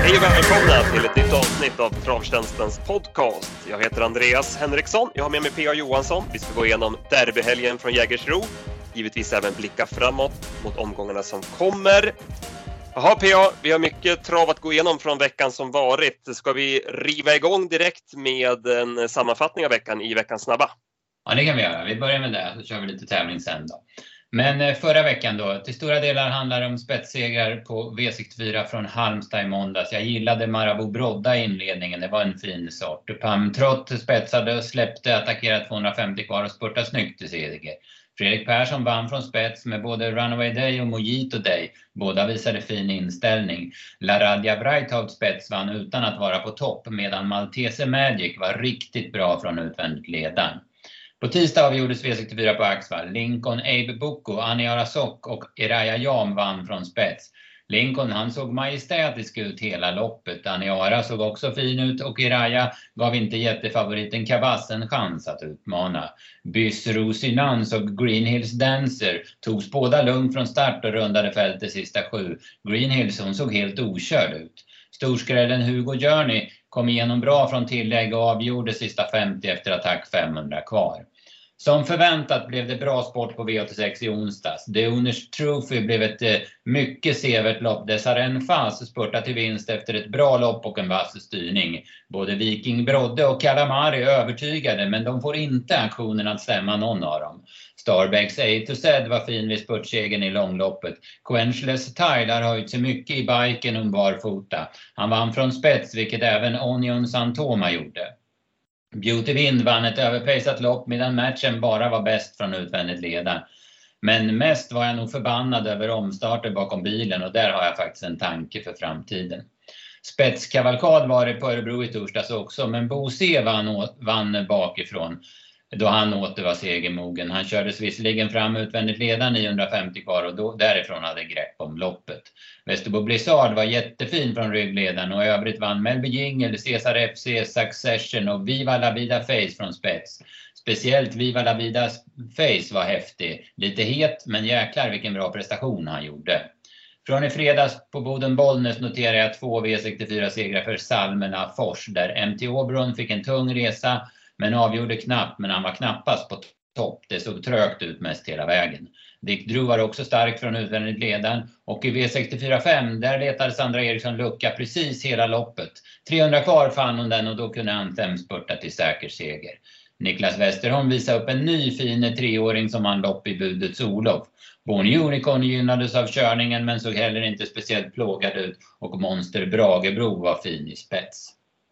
Hej och välkomna till ett nytt avsnitt av Travtjänstens podcast. Jag heter Andreas Henriksson, jag har med mig P.A. Johansson. Vi ska gå igenom derbyhelgen från Jägersro. Givetvis även blicka framåt mot omgångarna som kommer. Jaha P.A., vi har mycket trav att gå igenom från veckan som varit. Ska vi riva igång direkt med en sammanfattning av veckan i veckans snabba? Ja, det kan vi göra. Vi börjar med det, så kör vi lite tävling sen då. Men förra veckan då, till stora delar handlar det om spetssegrar på V64 från Halmstad i måndags. Jag gillade Marabou Brodda i inledningen, det var en fin sort. Pam Trott spetsade och släppte, attackerade 250 kvar och spurtade snyggt till seger. Fredrik Persson vann från spets med både Runaway Day och Mojito Day. Båda visade fin inställning. La Radia Breithout spets vann utan att vara på topp, medan Maltese Magic var riktigt bra från utvändigt ledan. På tisdag avgjordes V64 på Axvall. Lincoln Abe Boko, Aniara Sock och Iraya Jam vann från spets. Lincoln, han såg majestätisk ut hela loppet. Aniara såg också fin ut och Iraya gav inte jättefavoriten Kavas en chans att utmana. Bys Rosinans och Green Hills Dancer togs båda lugnt från start och rundade fältet sista 7. Green Hills, hon såg helt okörd ut. Storskrällen Hugo Journey kom igenom bra från tillägg och avgjorde sista 50 efter attack 500 kvar. Som förväntat blev det bra sport på V86 i onsdags. The Owners Trophy blev ett mycket severt lopp. Desaren Fas spurtade till vinst efter ett bra lopp och en vass styrning. Både Viking Brodde och Calamari är övertygade, men de får inte aktionen att stämma någon av dem. Starbecks A to Z var fin vid spurtsegen i långloppet. Quenchless Tile har höjt sig mycket i biken och barfota. Han vann från spets, vilket även Onion Santoma gjorde. Beauty Wind vann ett överpejsat lopp medan matchen bara var bäst från utvändigt ledan. Men mest var jag nog förbannad över omstarter bakom bilen, och där har jag faktiskt en tanke för framtiden. Spetskavalkad var det på Örebro i torsdags också, men Bo C vann bakifrån då han åter var segermogen. Han kördes visserligen fram utvändigt ledan 950 kvar och därifrån hade grepp om loppet. Västerbo Blizzard var jättefin från ryggledaren och i övrigt vann Melby Jingle, Cesar FC, Succession och Viva La Vida Face från spets. Speciellt Viva La Vida Face var häftig. Lite het, men jäklar vilken bra prestation han gjorde. Från i fredags på Boden-Bollnäs noterar jag 2 V64-segrar för Salmena Fors, där MT Åbron fick en tung resa men avgjorde knappt, men han var knappast på topp. Det såg trögt ut mest hela vägen. Dick Drew var också stark från utvändigt ledan, och i V64-5 där letade Sandra Eriksson lucka precis hela loppet. 300 kvar fann hon den och då kunde Anthem spurta till säker seger. Niklas Westerholm visade upp en ny fin 3-åring som han lopp i budets Olof. Bonnie Unicorn gynnades av körningen men såg heller inte speciellt plågad ut, och Monster Bragebro var fin i spets.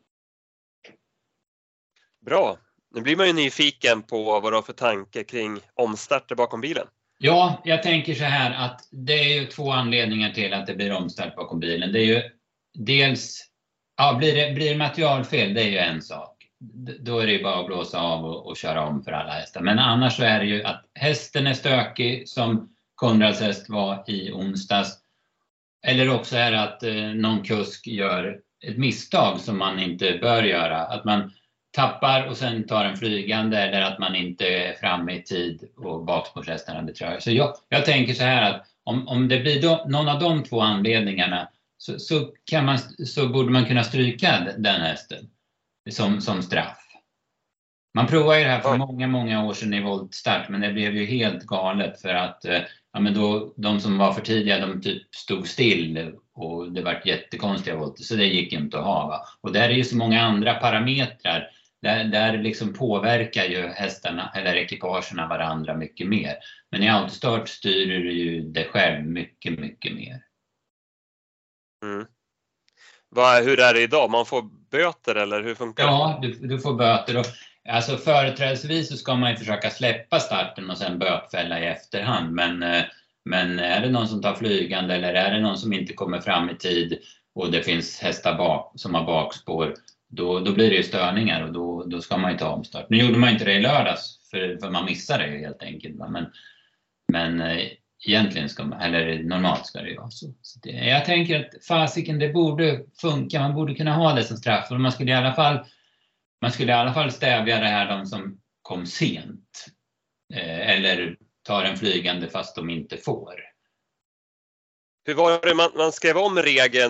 Bra. Nu blir man ju nyfiken på vad du har för tanke kring omstarter bakom bilen. Ja, jag tänker så här att det är ju 2 anledningar till att det blir omstart bakom bilen. Det är ju dels, ja, blir det materialfel, det är ju en sak. Då är det ju bara att blåsa av och köra om för alla hästar. Men annars så är det ju att hästen är stökig, som Konrads häst var i onsdags. Eller också är det att någon kusk gör ett misstag som man inte bör göra. Att man tappar och sen tar en flygande, eller att man inte är framme i tid och bakspårshästen hade tröja. Så jag tänker så här att om det blir någon av de 2 anledningarna så borde man kunna stryka den hästen som straff. Man provade ju det här för många år sedan i voltstart, men det blev ju helt galet för att men då, de som var för tidiga, de typ stod still och det var jättekonstiga volter, så det gick inte att ha. Va? Och där är ju så många andra parametrar. Där liksom påverkar ju hästarna eller ekipagerna varandra mycket mer. Men i autostart styr du ju det själv mycket, mycket mer. Mm. Hur är det idag? Man får böter eller hur funkar det? Ja, du får böter. Och, alltså företrädesvis så ska man ju försöka släppa starten och sen bötfälla i efterhand. Men är det någon som tar flygande eller är det någon som inte kommer fram i tid och det finns hästar som har bakspår, då blir det ju störningar och då ska man ju ta omstart. Nu gjorde man inte det i lördags för man missade det helt enkelt. Va? Men egentligen normalt ska det ju vara så. Jag tänker att fasiken, det borde funka. Man borde kunna ha det som straff. Och man skulle i alla fall stävja det här, de som kom sent. Eller tar en flygande fast de inte får. Hur var det man skrev om regeln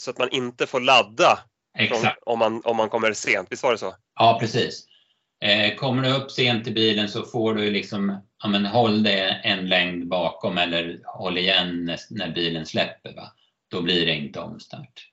så att man inte får ladda Exakt. om man kommer sent. Visst var det så? Ja, precis. Kommer du upp sent i bilen så får du liksom, ja, men håll det en längd bakom eller håll igen när bilen släpper. Va? Då blir det inte omstart.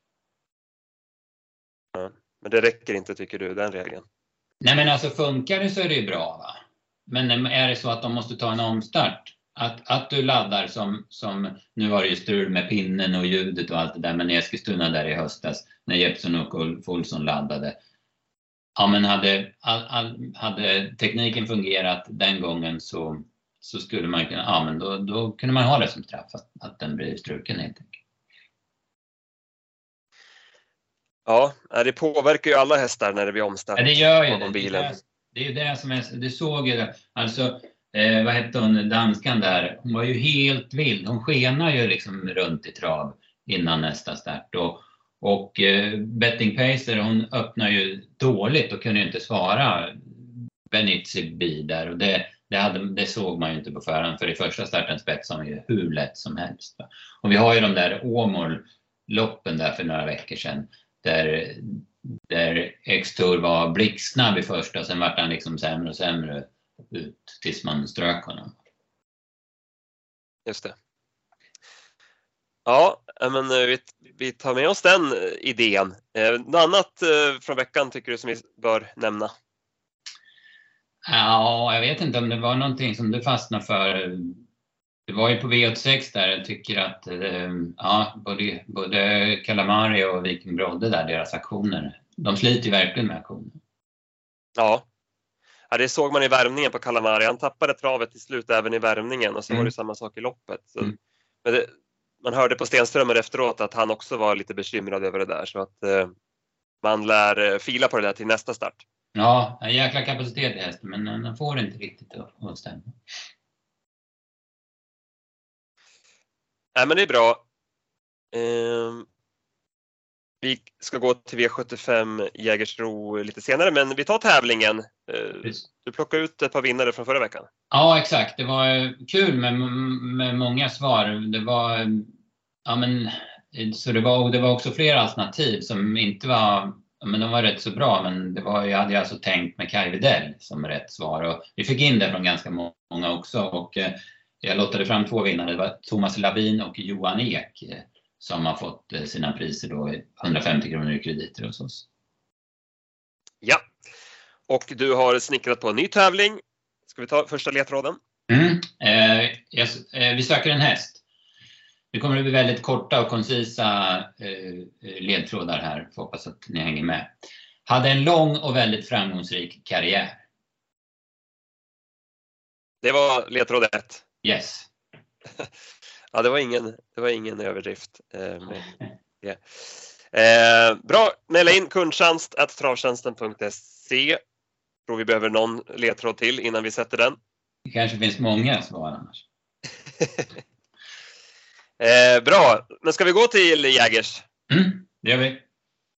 Ja, men det räcker inte, tycker du, den regeln? Nej, men alltså funkar det så är det ju bra. Va? Men är det så att de måste ta en omstart, att du laddar som nu var det ju strul med pinnen och ljudet och allt det där, men i Eskilstuna där i höstas när Jeppsson och Ulf Olsson laddade. Ja, men hade tekniken fungerat den gången så skulle man kunna, ja, men då kunde man ha det som straff att den blir struken helt enkelt. Ja, det påverkar ju alla hästar när det blir omstart. Ja, det gör ju det. Bilen. Det är ju det som är, det såg ju, alltså vad hette hon, danskan där, hon var ju helt vild, hon skenar ju liksom runt i trav innan nästa start och Betting Pacer, hon öppnar ju dåligt och kunde ju inte svara Benizzi bil där, och det såg man ju inte på förhand, för i första starten spetsade man ju hur lätt som helst. Va? Och vi har ju de där Åmål-loppen där för några veckor sedan där X-Tour var blixtsnabb i första, sen vart han liksom sämre och sämre ut tills man strök honom. Just det. Ja, men vi tar med oss den idén. Något annat från veckan tycker du som vi bör nämna? Ja, jag vet inte om det var någonting som du fastnade för. Det var ju på V86 där, jag tycker att ja, både Calamari och Viking Brodde där, deras aktioner, de sliter ju verkligen med aktioner. Ja, det såg man i värmningen på Calamari. Han tappade travet till slut även i värmningen, och så var det samma sak i loppet. Så, men man hörde på Stenströmer efteråt att han också var lite bekymrad över det där, så att man lär fila på det där till nästa start. Ja, en jäkla kapacitet i hästen, men den får inte riktigt att stämma. Nej, men det är bra. Vi ska gå till V75 Jägersro lite senare, men vi tar tävlingen. Du plockade ut ett par vinnare från förra veckan. Ja, exakt. Det var kul med många svar. Det var, ja, men, så det var också flera alternativ som inte var, men de var rätt så bra, men jag hade alltså tänkt med Kai Widell som rätt svar, och vi fick in det från ganska många också, och jag lottade fram 2 vinnare. Det var Thomas Lavin och Johan Ek som har fått sina priser då, 150 kronor i krediter hos oss. Ja, och du har snickrat på en ny tävling. Ska vi ta första ledtråden? Vi söker en häst. Det kommer att bli väldigt korta och koncisa ledtrådar här. Får hoppas att ni hänger med. Hade en lång och väldigt framgångsrik karriär. Det var ledtråd 1. Yes. Ja, det var ingen överdrift. Bra, mejla in kundtjänst@travtjänsten.se. Tror vi behöver någon ledtråd till innan vi sätter den. Det kanske finns många svar annars. Bra, men ska vi gå till Jägers? Det gör vi.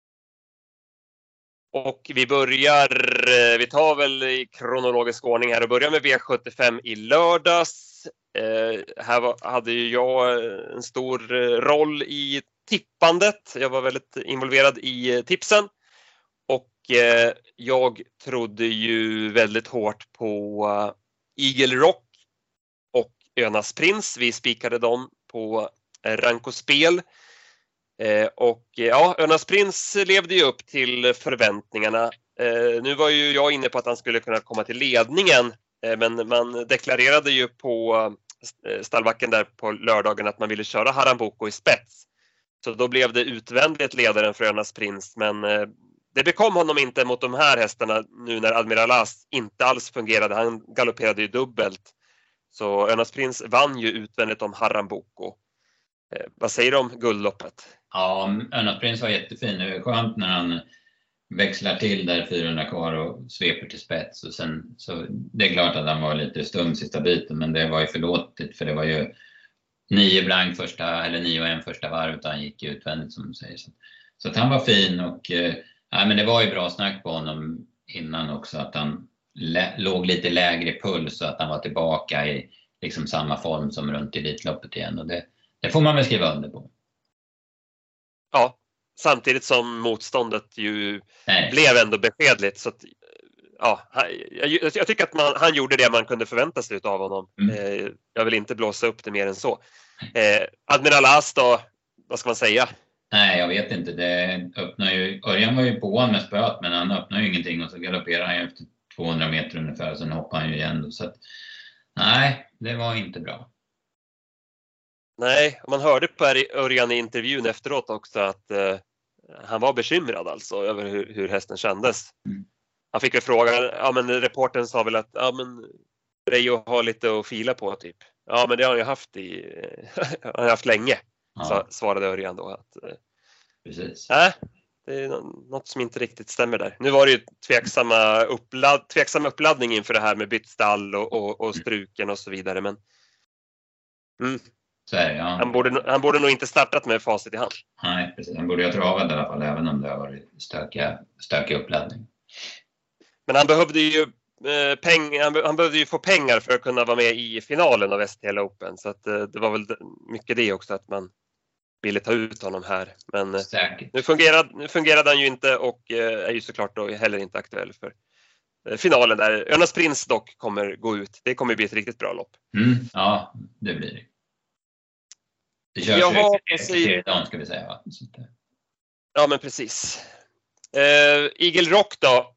Och vi tar väl i kronologisk ordning här och börjar med V75 i lördags. Här hade ju jag en stor roll i tippandet. Jag var väldigt involverad i tipsen. Och jag trodde ju väldigt hårt på Eagle Rock och Önas Prins. Vi spikade dem på Ranko Spel. Och ja, Önas Prins levde ju upp till förväntningarna. Nu var ju jag inne på att han skulle kunna komma till ledningen. Men man deklarerade ju på stallbacken där på lördagen att man ville köra Haramboko i spets. Så då blev det utvändigt ledaren för Önas Prins. Men det bekom honom inte mot de här hästarna nu när Admiral As inte alls fungerade. Han galopperade ju dubbelt. Så Önas Prins vann ju utvändigt om Haramboko. Vad säger du om guldloppet? Ja, Önas Prins var jättefin. Det är skönt när han växlar till där 400 kvar och sveper till spets. Och sen, så det är klart att han var lite stum sista biten, men det var ju förlåtligt, för det var ju 9 blank första, eller 9-1 första varvet, och han gick utvändigt som du säger. Så att han var fin, och men det var ju bra snack på honom innan också, att han låg lite lägre puls så att han var tillbaka i liksom samma form som runt Elitloppet igen, och det får man väl skriva under på. Ja, samtidigt som motståndet ju blev ändå beskedligt. Så att, ja, jag tycker att han gjorde det man kunde förvänta sig av honom. Jag vill inte blåsa upp det mer än så. Admiral As då, vad ska man säga? Nej, jag vet inte. Det öppnar ju, Örjan var ju på honom med spöt, men han öppnar ju ingenting och så galopperar han efter 200 meter ungefär och sen hoppar han ju igen då. Så att, nej, det var inte bra. Nej, man hörde på Örjan i intervjun efteråt också att han var bekymrad alltså över hur hästen kändes. Han fick ju frågan, ja men reportern sa väl att ja men Reijo har lite att fila på typ. Ja men det har han ju haft han har haft länge, svarade Örjan då. Att, precis. Det är något som inte riktigt stämmer där. Nu var det ju tveksam uppladdning inför det här med bytt stall och struken och så vidare. Men så är det, ja. Han borde nog inte startat med facit i hand. Nej, precis. Han borde ju ha travat i alla fall, även om det har varit stökig uppladdning. Men han behövde ju han behövde ju få pengar för att kunna vara med i finalen av STL Open. Så att, det var väl mycket det också, att man ville ta ut honom här. Men nu fungerade han ju inte och är ju såklart då heller inte aktuell för finalen där. Örnas Prins dock kommer gå ut. Det kommer bli ett riktigt bra lopp. Ja, det blir det. Det körs ju idag, ska vi säga, va? Ja, men precis. Eagle Rock då.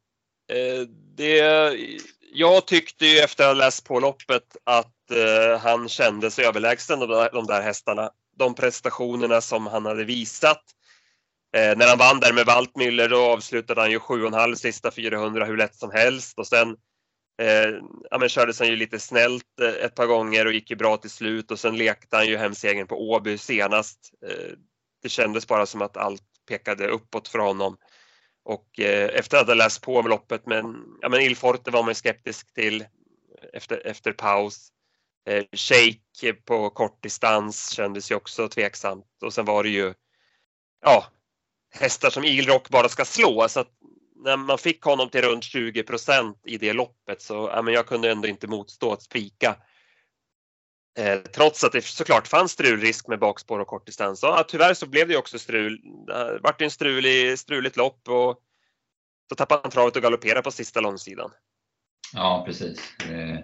Jag tyckte ju efter att ha läst på loppet att han kändes överlägsen de där hästarna. De prestationerna som han hade visat. När han vann där med Waldmüller, då avslutade han ju 7,5 sista 400 hur lätt som helst. Och sen kördes han ju lite snällt ett par gånger och gick ju bra till slut. Och sen lekte han ju hemsegern på Åby senast. Det kändes bara som att allt pekade uppåt för honom. Och efter att ha läst på om loppet, men Il Forte var man skeptisk till efter paus. Shake på kortdistans kändes ju också tveksamt. Och sen var det ju hästar som Eagle Rock bara ska slå. Så att när man fick honom till runt 20% i det loppet så jag kunde ändå inte motstå att spika. Trots att det såklart fanns strulrisk med bakspår och kortdistans. Så tyvärr så blev det också strul. Det var en struligt lopp och så tappade han travet och galopperade på sista långsidan. Ja, precis.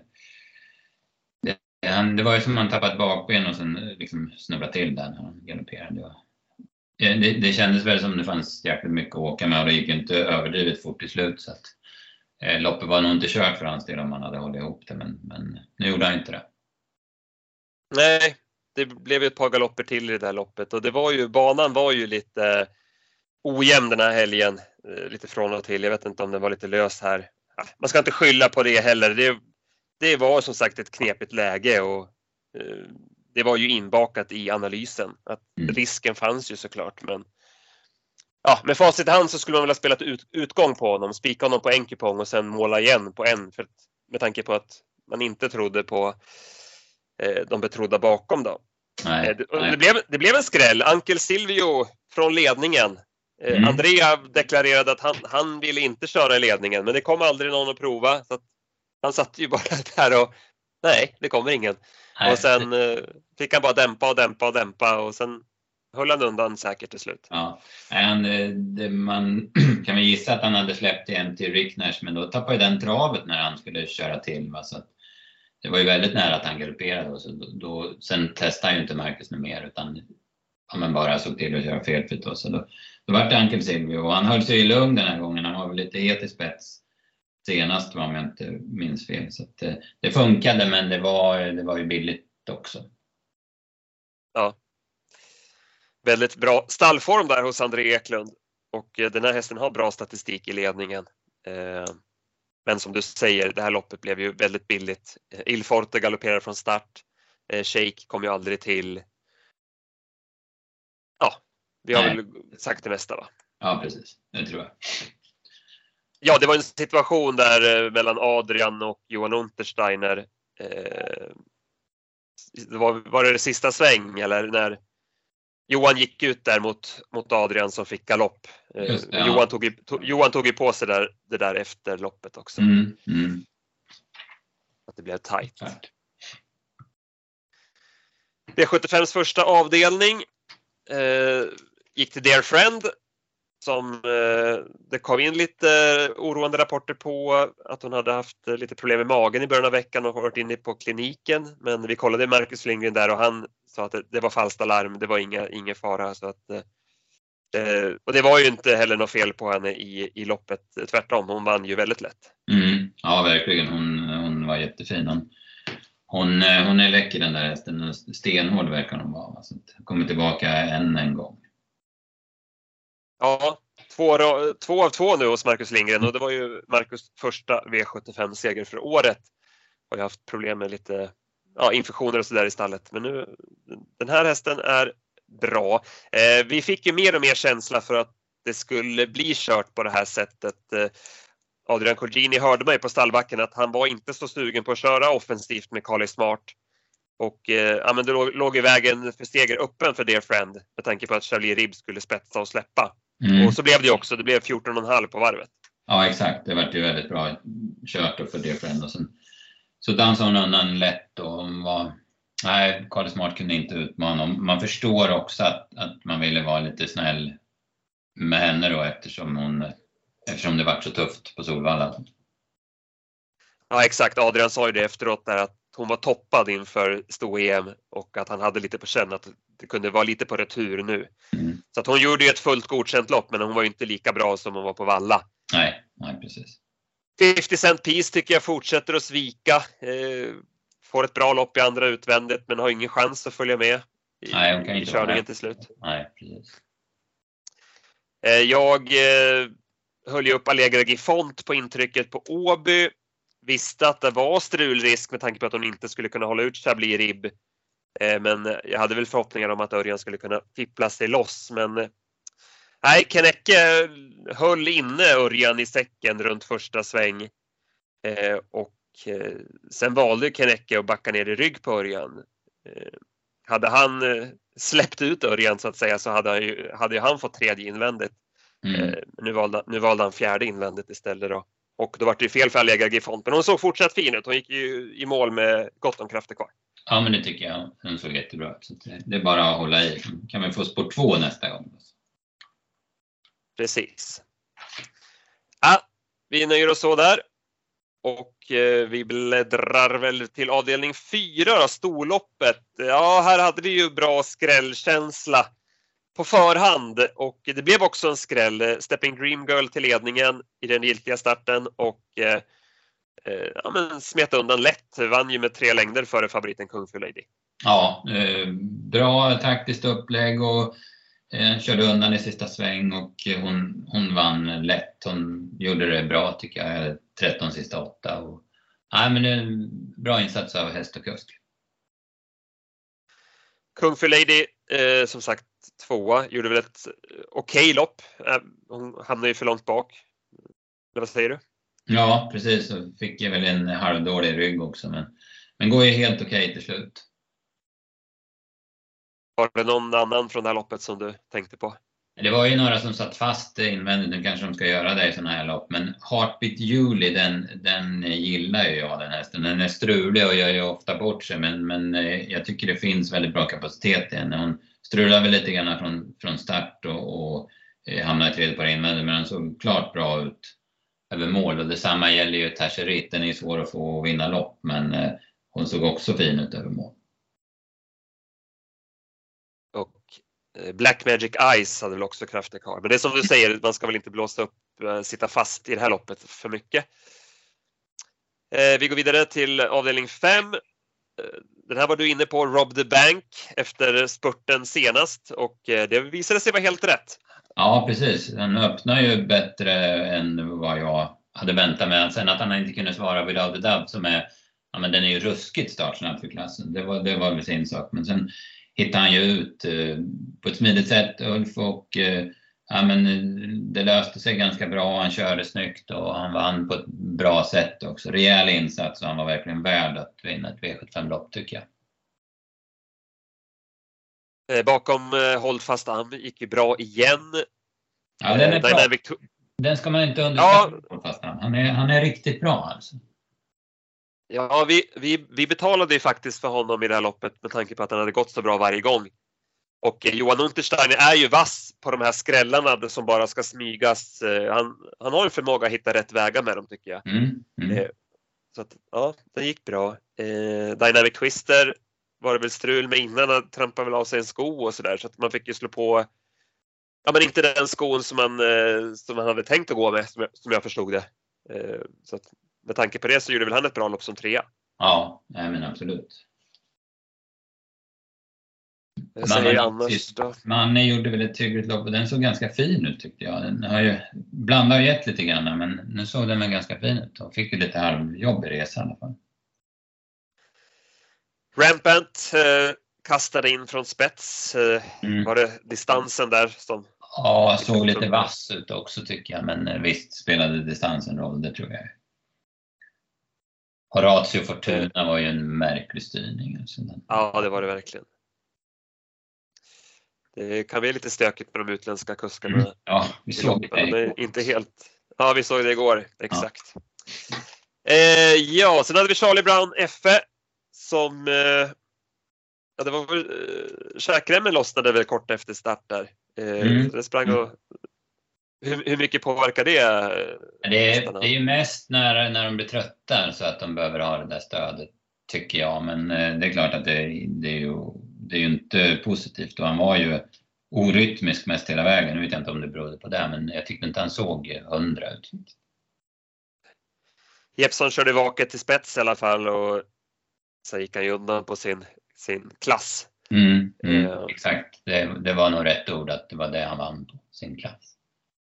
Det var ju som man tappat bakben och sen liksom snubblade till där när han galopperade. Det kändes väl som det fanns jäkligt mycket att åka med och det gick inte överdrivet fort i slut. Så att loppet var nog inte kört för hans del om man hade hållit ihop det. Men nu gjorde han inte det. Nej, det blev ju ett par galopper till i det där loppet. Och banan var ju lite ojämn den här helgen. Lite från och till. Jag vet inte om den var lite lös här. Man ska inte skylla på det heller. Det var som sagt ett knepigt läge och det var ju inbakat i analysen. Att risken fanns ju såklart. Men med facit i hand så skulle man väl ha spelat utgång på honom. Spika honom på en kupong och sen måla igen på en. Med tanke på att man inte trodde på de betrodda bakom då. Nej. Det blev en skräll. Ankel Silvio från ledningen. Andrea deklarerade att han ville inte köra i ledningen, men det kom aldrig någon att prova. Så att han satt ju bara där och nej, det kommer ingen. Nej. Och sen fick han bara dämpa och sen höll han undan säkert till slut. Ja, man kan väl gissa att han hade släppt igen till Rickners, men då tappade den travet när han skulle köra till. Va? Så att det var ju väldigt nära att han galopperade och så sen testade han ju inte Marcus mer utan bara såg till att köra felfritt. Så då var det Ankel Silvio och han höll sig i lugn den här gången. Han var väl lite het i spets senast om jag inte minns fel. Så att, det funkade, men det var ju billigt också. Ja. Väldigt bra stallform där hos André Eklund. Och den här hästen har bra statistik i ledningen. Men som du säger, det här loppet blev ju väldigt billigt. Il Forte galopperade från start. Shake kom ju aldrig till. Ja, vi har väl sagt det mesta, va? Ja, precis. Det tror jag. Ja, det var en situation där mellan Adrian och Johan Untersteiner. Var det sista sväng eller när Johan gick ut där mot Adrian som fick galopp. Ja. Johan tog ju på sig det där efter loppet också. Att det blev tajt. V75s första avdelning gick till Dear Friend. som det kom in lite oroande rapporter på att hon hade haft lite problem med magen i början av veckan och varit inne på kliniken. Men vi kollade Marcus Lindgren där och han sa att det var falskt alarm, det var ingen fara. Så att, och det var ju inte heller något fel på henne i loppet, tvärtom, hon vann ju väldigt lätt. Ja, verkligen, hon var jättefin. Hon är läcker den där hästen, stenhård verkar hon vara. Alltså, kommer tillbaka en gång. Ja, 2 av 2 nu hos Marcus Lindgren och det var ju Marcus första V75-seger för året. Har ju haft problem med lite infektioner och sådär i stallet. Men nu, den här hästen är bra. Vi fick ju mer och mer känsla för att det skulle bli kört på det här sättet. Adrian Colgjini hörde mig på stallbacken att han var inte så sugen på att köra offensivt med Carly Smart. Och men det låg i vägen för seger öppen för Dear Friend med tanke på att Chablis Rib skulle spetsa och släppa. Och så blev det också, det blev 14,5 på varvet. Ja, exakt, det var ju väldigt bra kört för Dear Friend och sen så dansade hon undan lätt och Carly Smart kunde inte utmana. Man förstår också att man ville vara lite snäll med henne då eftersom det var så tufft på Solvalla. Ja, exakt. Adrian sa ju det efteråt där att hon var toppad inför Sto-EM och att han hade lite på känn att det kunde vara lite på retur nu. Så att hon gjorde ju ett fullt godkänt lopp, men hon var ju inte lika bra som hon var på Valla. Nej, precis. 50 Cent Piece tycker jag fortsätter att svika. Får ett bra lopp i andra utvändigt men har ingen chans att följa med i körningen till slut. Nej, precis. Jag höll ju upp Allegra Gifont på intrycket på Åby. Visste att det var strulrisk med tanke på att hon inte skulle kunna hålla ut Chablis Rib. Men jag hade väl förhoppningar om att Örjan skulle kunna fippla sig loss. Men nej, Kennecke höll inne Örjan i säcken runt första sväng. Och sen valde Kennecke att backa ner i rygg på Örjan. Hade han släppt ut Örjan så att säga så hade ju han fått tredje invändigt. Nu valde han fjärde invändigt istället då. Och då var det ju fel för Allegra Gifont. Men hon såg fortsatt fin ut. Hon gick ju i mål med gott om krafter kvar. Ja, men det tycker jag. Hon såg jättebra ut. Så det är bara att hålla i. Kan vi få sport 2 nästa gång? Precis. Ja, vi nöjer oss så där. Och vi bläddrar väl till avdelning 4 då, storloppet. Ja, här hade vi ju bra skrällkänsla på förhand och det blev också en skräll. Stepping Dream Girl till ledningen i den giltiga starten och smet undan lätt. Vann ju med 3 längder före favoriten Kung Fu Lady. Ja, bra taktiskt upplägg och körde undan i sista sväng och hon vann lätt. Hon gjorde det bra tycker jag. 13 sista 8 och men en bra insats av häst och kusk. Kung Fu Lady som sagt 2 gjorde väl ett okej lopp. Hon hamnade ju för långt bak. Vad säger du? Ja, precis. Så fick jag väl en halvdålig rygg också men går ju helt okej till slut. Var det någon annan från det här loppet som du tänkte på? Det var ju några som satt fast invändigt, nu kanske de ska göra det i sådana här lopp. Men Heartbeat Julie, den gillar ju jag, den hästen. Den är strulig och gör ju ofta bort sig, men jag tycker det finns väldigt bra kapacitet i henne. Hon strular väl lite grann från start och hamnar i tredje par invändigt, men den såg klart bra ut över mål. Och detsamma gäller ju Tasherit, den är svår att få vinna lopp, men hon såg också fin ut över mål. Och Black Magic Eyes hade väl också krafter kvar. Men det är som du säger, man ska väl inte blåsa upp, sitta fast i det här loppet för mycket. Vi går vidare till avdelning 5. Den här var du inne på, Rob the Bank, efter spurten senast. Och det visade sig vara helt rätt. Ja, precis. Den öppnar ju bättre än vad jag hade väntat mig. Sen att han inte kunde svara Without a Doubt som är, men den är ju ruskigt startsnabb för klassen. Det var väl sin sak. Men sen hittade han ju ut på ett smidigt sätt, Ulf, och det löste sig ganska bra. Han körde snyggt och han vann på ett bra sätt också. Rejäl insats och han var verkligen värd att vinna ett V75-lopp tycker jag. Bakom Holdfast Am gick ju bra igen. Ja, den är bra. Den ska man inte underskatta. Holdfast Am. Han är riktigt bra alltså. Ja, vi betalade ju faktiskt för honom i det här loppet med tanke på att han hade gått så bra varje gång. Och Johan Untersteiner är ju vass på de här skrällarna som bara ska smygas. Han har en förmåga att hitta rätt vägar med dem, tycker jag. Så att, ja, det gick bra. Dynamic Twister var det väl strul med innan. Han trampade väl av sig en sko och sådär. Så att man fick ju slå på, ja, men inte den skon som man hade tänkt att gå med, som jag förstod det. Så att, med tanke på det så gjorde väl han ett bra lopp som 3. Ja, men absolut. Man gjorde väl ett hyggligt lopp och den såg ganska fin ut, tyckte jag. Den har ju blandat och gett lite grann, men nu såg den väl ganska fin ut och fick ju lite halvjobb i resan i alla fall. Rampant kastade in från spets. Var det distansen där som... Ja, såg lite vass ut också, tycker jag, men visst spelade distansen roll, det tror jag. Horatio Fortuna var ju en märklig styrning. Ja, det var det verkligen. Det kan bli lite stökigt med de utländska kuskarna. Ja, vi såg det igår. Inte helt. Ja, vi såg det igår. Exakt. Ja, sen hade vi Charlie Brown Effe som... Ja, det var väl... Käkremmen lossnade väl kort efter start där. Det sprang och... Hur mycket påverkar det? Det är ju mest när de blir trötta så att de behöver ha det där stödet, tycker jag. Men det är klart att det är ju inte positivt. Och han var ju orytmisk mest hela vägen. Nu vet jag inte om det berodde på det, men jag tyckte inte han såg 100 ut. Jeppson körde vaket till spets i alla fall och sen gick han ju undan på sin klass. Exakt, det var nog rätt ord att det var det han vann på, sin klass.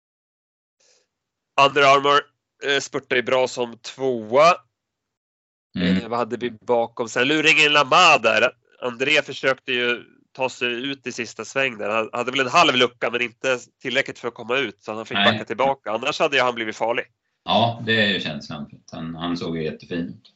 Under Armour spurtade ju bra som 2. Vad hade vi bakom? Sen luringen Lamar där. André försökte ju ta sig ut i sista sväng där. Han hade väl en halv lucka, men inte tillräckligt för att komma ut. Så han fick backa tillbaka. Annars hade ju han blivit farlig. Ja, det är ju känslan. Han såg ju jättefin ut.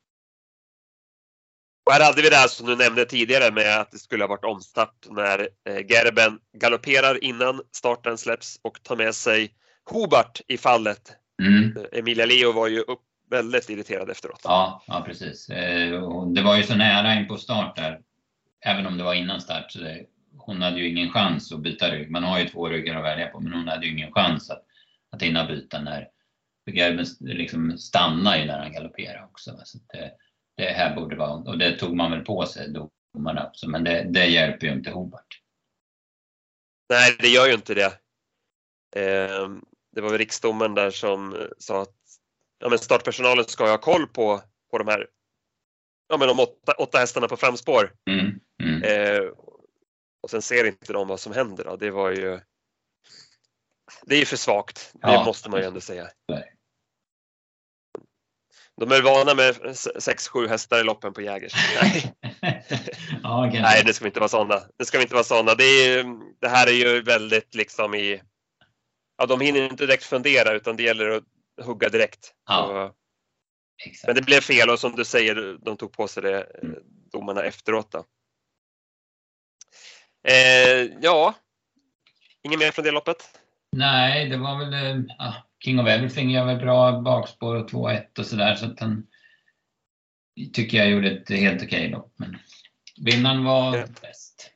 Och här hade vi det här som du nämnde tidigare med att det skulle ha varit omstart när Gerben galopperar innan starten släpps och tar med sig Hobart i fallet. Emilia Leo var ju väldigt irriterad efteråt. Ja, precis. Det var ju så nära in på start där. Även om det var innan start. Så hon hade ju ingen chans att byta rygg. Man har ju 2 ryggar att välja på. Men hon hade ju ingen chans att hinna byta när Gerben liksom stannar ju när han galopperar också. Så det här borde vara... Och det tog man väl på sig domarna också. Men det hjälper ju inte Hobart. Nej, det gör ju inte det. Det var väl riksdomaren där som sa att men startpersonalen ska ha koll på de här de 8 hästarna på framspår. Och sen ser inte de vad som händer då. Det är ju för svagt. Det måste man ju ändå säga. Nej. De är vana med 6-7 hästar i loppen på Jägers. Nej, det ska inte vara sådana. Det här är ju väldigt liksom i... Ja, de hinner inte direkt fundera utan det gäller att hugga direkt. Ja, exakt. Men det blev fel och som du säger, de tog på sig det domarna efteråt då. Ja, inget mer från det loppet? Nej, det var väl King of Everything gör väl bra bakspår och 2-1 och sådär, så att han tycker jag gjorde ett helt okej lopp, men vinnaren var bäst.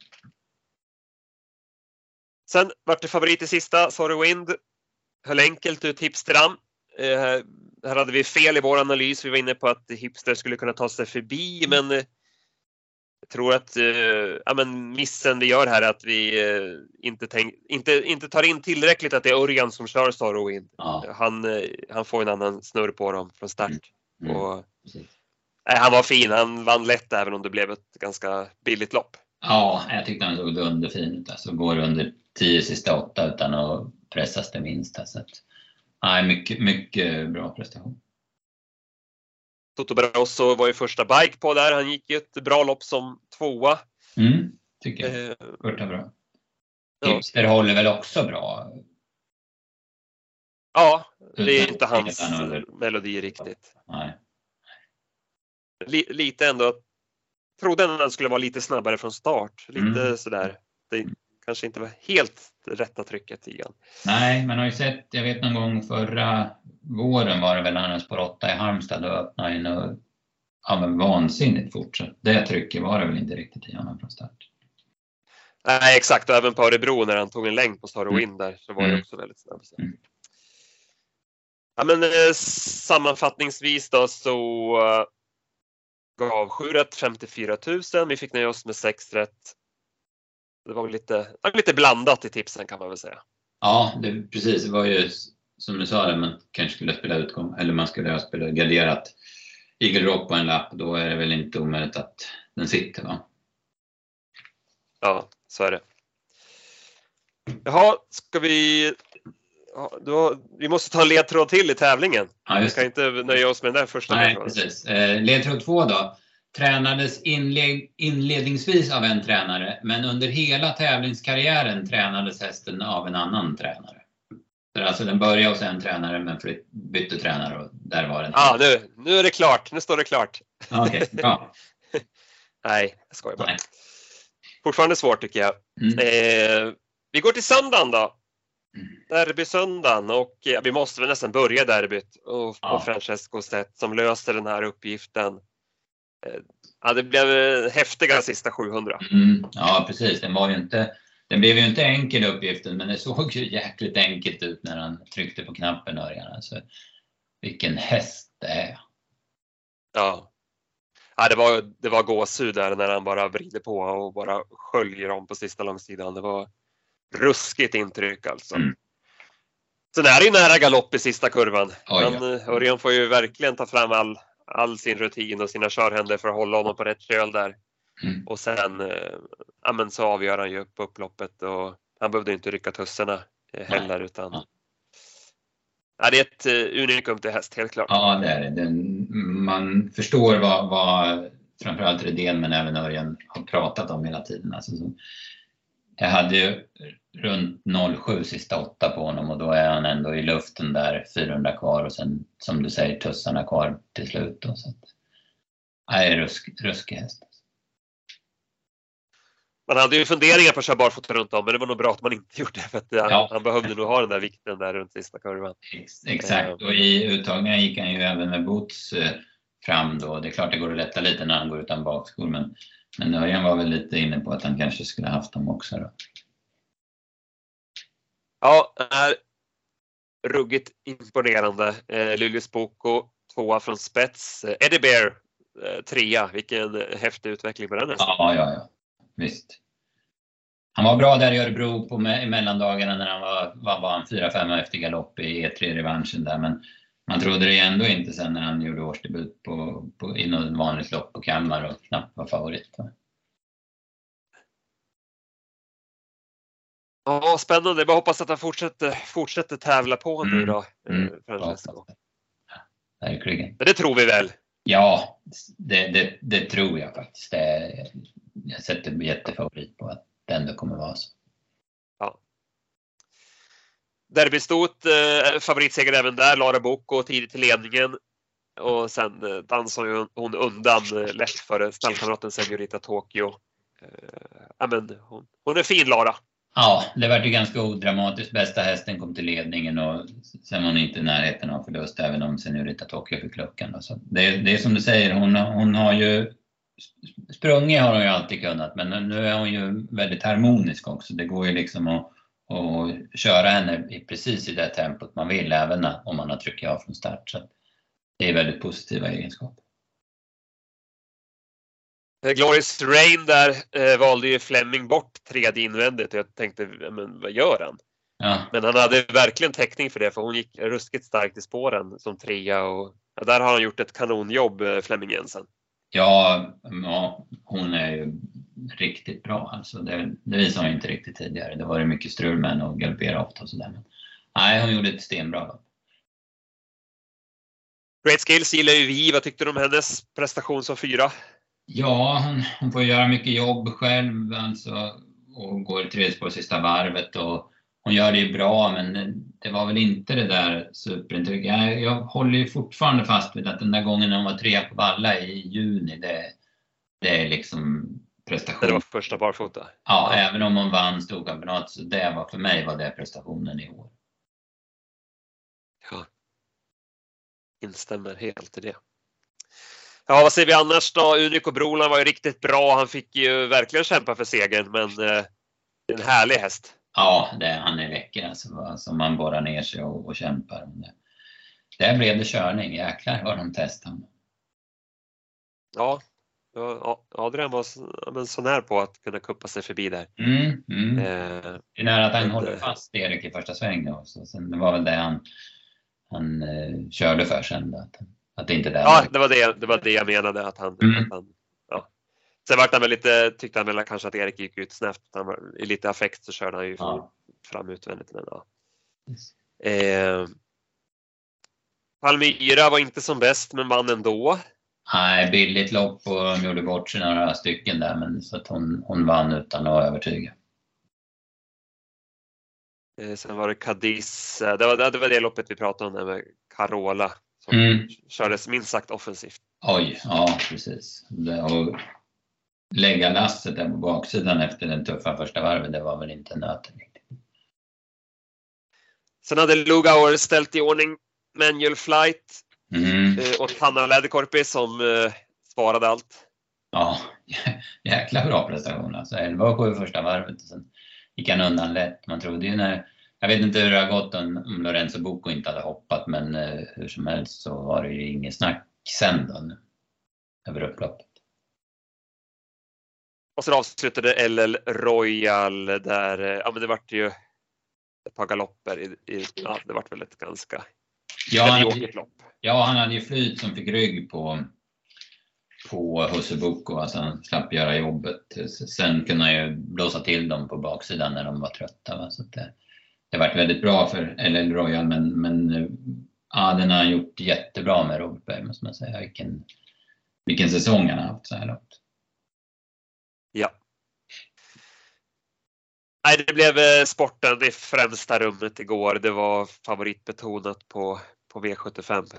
Sen var det favorit i sista, Sorry Wind. Höll enkelt ut Hipsteram. Här hade vi fel i vår analys. Vi var inne på att Hipster skulle kunna ta sig förbi, men jag tror att missen vi gör här är att vi inte tar in tillräckligt att det är Örjan som kör Sorry Wind. Ja. Han får en annan snurr på dem från start. Och, han var fin. Han vann lätt även om det blev ett ganska billigt lopp. Ja, jag tyckte han såg underfin ut. Alltså går under 10 sista 8 utan att pressas det minsta. Så att, mycket, mycket bra prestation. Toto Barroso var ju första bike på där. Han gick ju ett bra lopp som 2. Tycker jag. Första bra. Hipster håller väl också bra? Ja, det är inte hans melodi riktigt. Nej. Lite ändå. Trodde att han skulle vara lite snabbare från start. Lite sådär. Det kanske inte var helt rätta trycket i han. Nej, man har ju sett, jag vet någon gång förra våren var det väl när han spår 8 i Halmstad och öppnade in och vansinnigt fort. Så det trycket var det väl inte riktigt i honom från start. Nej, exakt. Och även på Örebro när han tog en längd på Star Win där så var det också väldigt snabb. Ja, men sammanfattningsvis då så gav 7 rätt 54 000. Vi fick nöja oss med 6 rätt. Det var lite blandat i tipsen kan man väl säga. Ja, precis. Det var ju som du sa, man kanske skulle spela utgång eller man skulle ha spelat garderat Eagle Rock på en lapp. Då är det väl inte omöjligt att den sitter, va? Ja, så är det. Jaha, ska vi... Ja, vi måste ta en ledtråd till i tävlingen. Ja, vi kan inte nöja oss med den där första. Nej, precis. Ledtråd 2 då. Tränades inledningsvis av en tränare, men under hela tävlingskarriären tränades hästen av en annan tränare. Så alltså den började hos en tränare men bytte tränare och där var den. Ja, nu är det klart. Nu står det klart. Okej, bra. Nej, jag skojar bara. Nej. Fortfarande svårt tycker jag. Vi går till söndagen då. Derbysöndagen och vi måste väl nästan börja derbyt och på Francesco sätt som löser den här uppgiften. Ja, det blev häftiga sista 700. Ja, precis. Den blev ju inte enkel uppgiften, men det såg ju jäkligt enkelt ut när han tryckte på knappen. Alltså, vilken häst det är. Ja, det var gåshud där när han bara vrider på och bara sköljer om på sista långsidan. Det var ruskigt intryck alltså. Sen är det ju nära galopp i sista kurvan. Men Örjan får ju verkligen ta fram all sin rutin och sina körhänder för att hålla honom på rätt köl där. Och sen så avgör han ju på upploppet och han behövde inte rycka tusserna heller utan det är ett unikum till häst, helt klart. Ja, det är det. Man förstår vad framförallt Redén men även Örjan har pratat om hela tiden. Alltså, jag hade ju runt 0,7 sista 8 på honom och då är han ändå i luften där 400 kvar och sen som du säger tussarna kvar till slut. Då, så att, ruskig häst. Man hade ju funderingar på att köra barfota runt om men det var nog bra att man inte gjorde det för att han behövde nog ha den där vikten där runt sista kurvan. Exakt, och i uttagningen gick han ju även med boots fram då. Det är klart det går att lätta lite när han går utan bakskor men Örjan var väl lite inne på att han kanske skulle haft dem också då. Ja, är ruggigt imponerande. Lilius Boko, 2 från spets. Eddie Bear, 3. Vilken häftig utveckling på den nästan. Ja. Visst. Han var bra där i Örebro i mellandagarna när han var 4-5 efter galopp i E3-revanschen där. Men man trodde det ändå inte sen när han gjorde årsdebut i något vanligt lopp på Kalmar och knappt var favorit. Ja, spännande. Jag bara hoppas att han fortsätter tävla på nu då. Francesco. Verkligen. Det tror vi väl? Ja, det tror jag faktiskt. Jag sätter jättefavorit på att det ändå kommer vara så. Ja. Derbystot, favoritseger även där. Lara Boko tidigt till ledningen. Och sen dansar hon undan lätt för stallkamraten Señorita Tokyo. Hon är fin, Lara. Ja, det var ju ganska odramatiskt. Bästa hästen kom till ledningen och sen var hon inte i närheten av förlust även om Señorita Tokyo fick luckan. Då. Så det är som du säger, hon har ju sprungit har hon ju alltid kunnat men nu är hon ju väldigt harmonisk också. Det går ju liksom att köra henne precis i det tempot man vill även om man har tryckt av från start. Så det är väldigt positiva egenskaper. Glorious Rain där valde ju Fleming bort 3D invändigt och jag tänkte, men vad gör han? Ja. Men han hade verkligen täckning för det för hon gick ruskigt starkt i spåren som 3 och där har han gjort ett kanonjobb, Fleming Jensen. Ja, hon är ju riktigt bra. Alltså det visar hon inte riktigt tidigare. Det var det mycket strul med och galoppera ofta och sådär. Men nej, hon gjorde ett stenbra lopp. Great Skills gillar ju vi. Vad tyckte du om hennes prestation som 4? Ja, hon får göra mycket jobb själv alltså, och går i tredje spår sista varvet och hon gör det ju bra men det var väl inte det där superintrycket. Jag håller ju fortfarande fast vid att den där gången när hon var 3 på Valla i juni det är liksom prestation. Det var första barfota. Ja, även om hon vann storkampionat så för mig var det prestationen i år. Ja. Instämmer helt i det. Ja, vad säger vi annars då? Unico Broland var ju riktigt bra. Han fick ju verkligen kämpa för segern men Det är en härlig häst. Ja, han är läcker alltså, som man borrar ner sig och kämpar. Där blev det körning, jäklar vad de testade. Ja, Adrian var så när på att kunna kuppa sig förbi där. Det är nära att han håller fast Erik i första sväng då. Så sen det var väl det han körde för sen då, att det inte där. Ja, det var det jag menade att han ja. Sen var han väl tyckte han väl kanske att Erik gick ut snabbt. Han var i lite affekt så körde han ju fram utvändigt, men ja. Palmyra var inte som bäst, men vann ändå. Nej, billigt lopp och gjorde bort sig några stycken där, men så att hon vann utan att övertyga. Sen var det Cadiz. Det var det loppet vi pratade om med Carola som kördes minst sagt offensivt. Oj, ja precis. Och lägga lasset där på baksidan efter den tuffa första varven, det var väl inte nödvändigt. Sen hade Lugauer ställt i ordning Manual Flight och Hanna Läderkorpi som svarade allt. Ja, jäkla bra prestation alltså. 11-7 första varvet och sen gick han undan lätt. Man trodde ju jag vet inte hur det har gått om Lorenzo Bocco inte hade hoppat, men hur som helst så var det ju inget snack sen då över upploppet. Och så avslutade LL Royal där, men det vart ju ett par galopper det vart väl ett ganska mediokert lopp. Ja, han hade ju flyt som fick rygg på Husse Bocco, alltså han slapp göra jobbet. Sen kunde han ju blåsa till dem på baksidan när de var trötta. Va? Så det varit väldigt bra för LL Royal, men den har gjort jättebra med Robert Berg, måste man säga. Vilken säsong han har haft så här långt. Ja. Nej, det blev sporten i främsta rummet igår. Det var favoritbetonat på V75.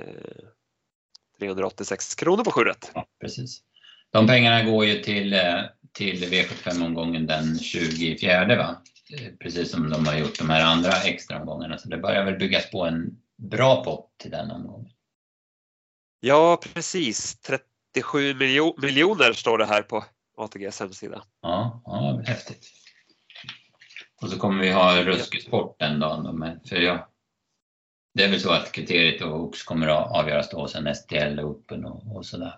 386 kronor på 7 rätt. Ja, precis. De pengarna går ju till V75-omgången den 24, va? Precis som de har gjort de här andra extra omgångarna. Så det börjar väl byggas på en bra pott till den omgången. Ja, precis. 37 miljoner står det här på ATGs hemsida. Ja, häftigt. Och så kommer vi ha ruskesport den dagen. För det är väl så att kriteriet och Ox kommer att avgöras då, sen STL Open och sådär.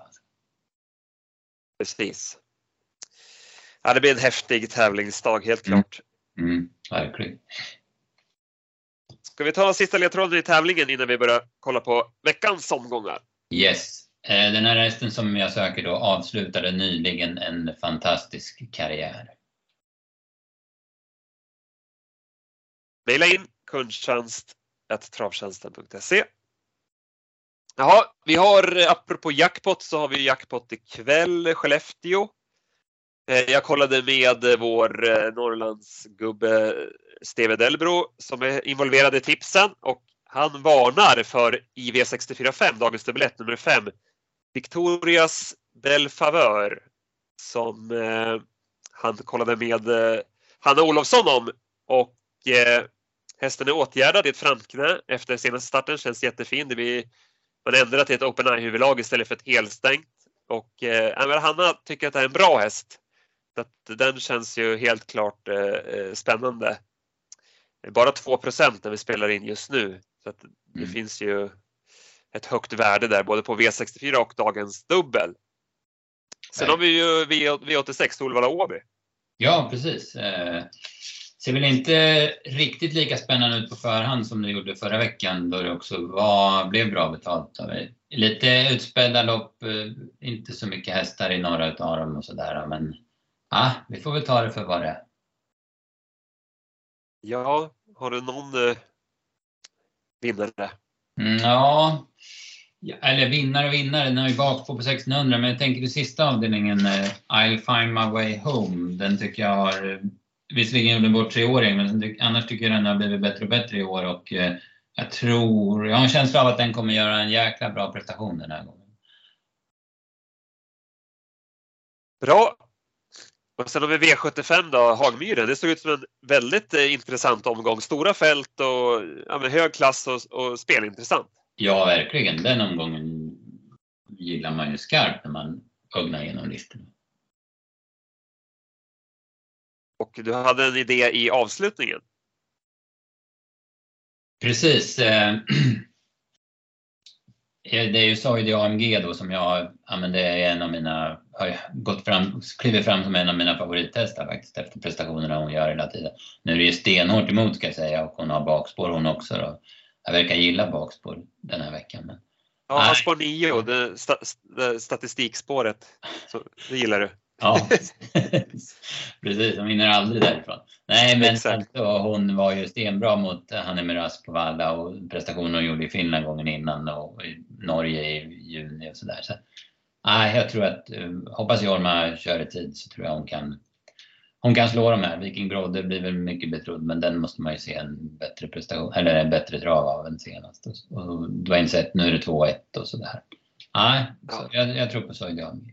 Precis. Ja, det blir en häftig tävlingsdag, helt klart. Verkligen. Ska vi ta sista ledtråden i tävlingen innan vi börjar kolla på veckans omgångar? Yes. Den här hästen som jag söker då avslutade nyligen en fantastisk karriär. Maila in kundtjänst@travtjänsten.se. Jaha, vi har apropå jackpot så har vi jackpot ikväll, Skellefteå. Jag kollade med vår Norrlandsgubbe Steve Delbro som är involverad i tipsen och han varnar för IV64.5, dagens dubbelett nummer 5. Victorias Belle Faveur som han kollade med Hanna Olofsson om och hästen är åtgärdad i ett framknä efter senaste starten, känns jättefin. Man ändrar till ett open eye-huvudlag istället för ett helstängt och Hanna tycker att det är en bra häst. Så att den känns ju helt klart spännande. Bara 2% när vi spelar in just nu. Så att det finns ju ett högt värde där både på V64 och dagens dubbel. Sen har vi ju V86 Solvalla Åby. Ja, precis. Ser väl inte riktigt lika spännande ut på förhand som det gjorde förra veckan då det också blev bra betalt. Lite utspädda lopp, inte så mycket hästar i några utav dem och sådär. Men vi får väl ta det för vad det är. Ja, har du någon vinnare? Ja, eller vinnare. Den har ju bakspår på 1600. Men jag tänker den sista avdelningen, I'll find my way home. Den tycker jag har visserligen gjort en bort 3-åring. Men annars tycker jag den har blivit bättre och bättre i år. Och jag har en känsla av att den kommer göra en jäkla bra prestation den här gången. Bra. Och sen har vi V75 då, Hagmyren. Det såg ut som en väldigt intressant omgång. Stora fält och hög klass och spelintressant. Ja, verkligen. Den omgången gillar man ju skarpt när man ögnar igenom listorna. Och du hade en idé i avslutningen. Precis. Det är ju Soidi AMG då som det är en av mina, har klivit fram som en av mina favorittestar faktiskt efter prestationerna hon gör hela tiden. Nu är det ju stenhårt emot ska jag säga, och hon har bakspår hon också då. Jag verkar gilla bakspår den här veckan. Men... Ja, spår 9, det statistikspåret, så det gillar du. Ja, precis. Hon vinner aldrig därifrån. Nej, men alltså, hon var ju stenbra mot Hanne Miraz på Valla och prestationen hon gjorde i Finland gången innan och i Norge i juni och sådär. Så, jag tror att, hoppas Jorma kör i tid så tror jag hon kan slå de här. Viking Brodde blir väl mycket betrodd, men den måste man ju se en bättre prestation, eller en bättre trav av än senast. Och du har insett, nu är det 2-1 och sådär. Så jag tror på Soidi AMG.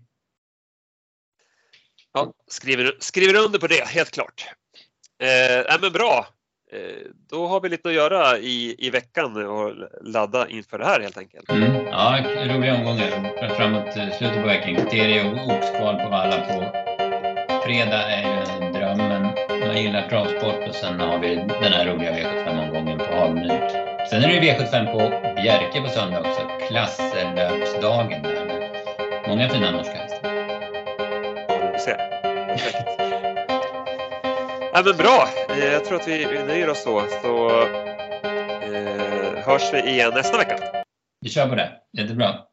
Ja, skriver under på det, helt klart. Men bra. Då har vi lite att göra i veckan och ladda inför det här helt enkelt. Ja, roliga omgångar framåt slutet på veckan. Kriterie och Oxkval på Valla på fredag är ju en dröm, men man gillar travsport. Och sen har vi den här roliga V75-omgången på Halmnyd. Sen är det V75 på Bjerke på söndag också. Klasslöpsdagen där med många fina norska hästar. Perfekt. Men bra, jag tror att vi nöjer oss så hörs vi igen nästa vecka. Vi kör på det, jättebra.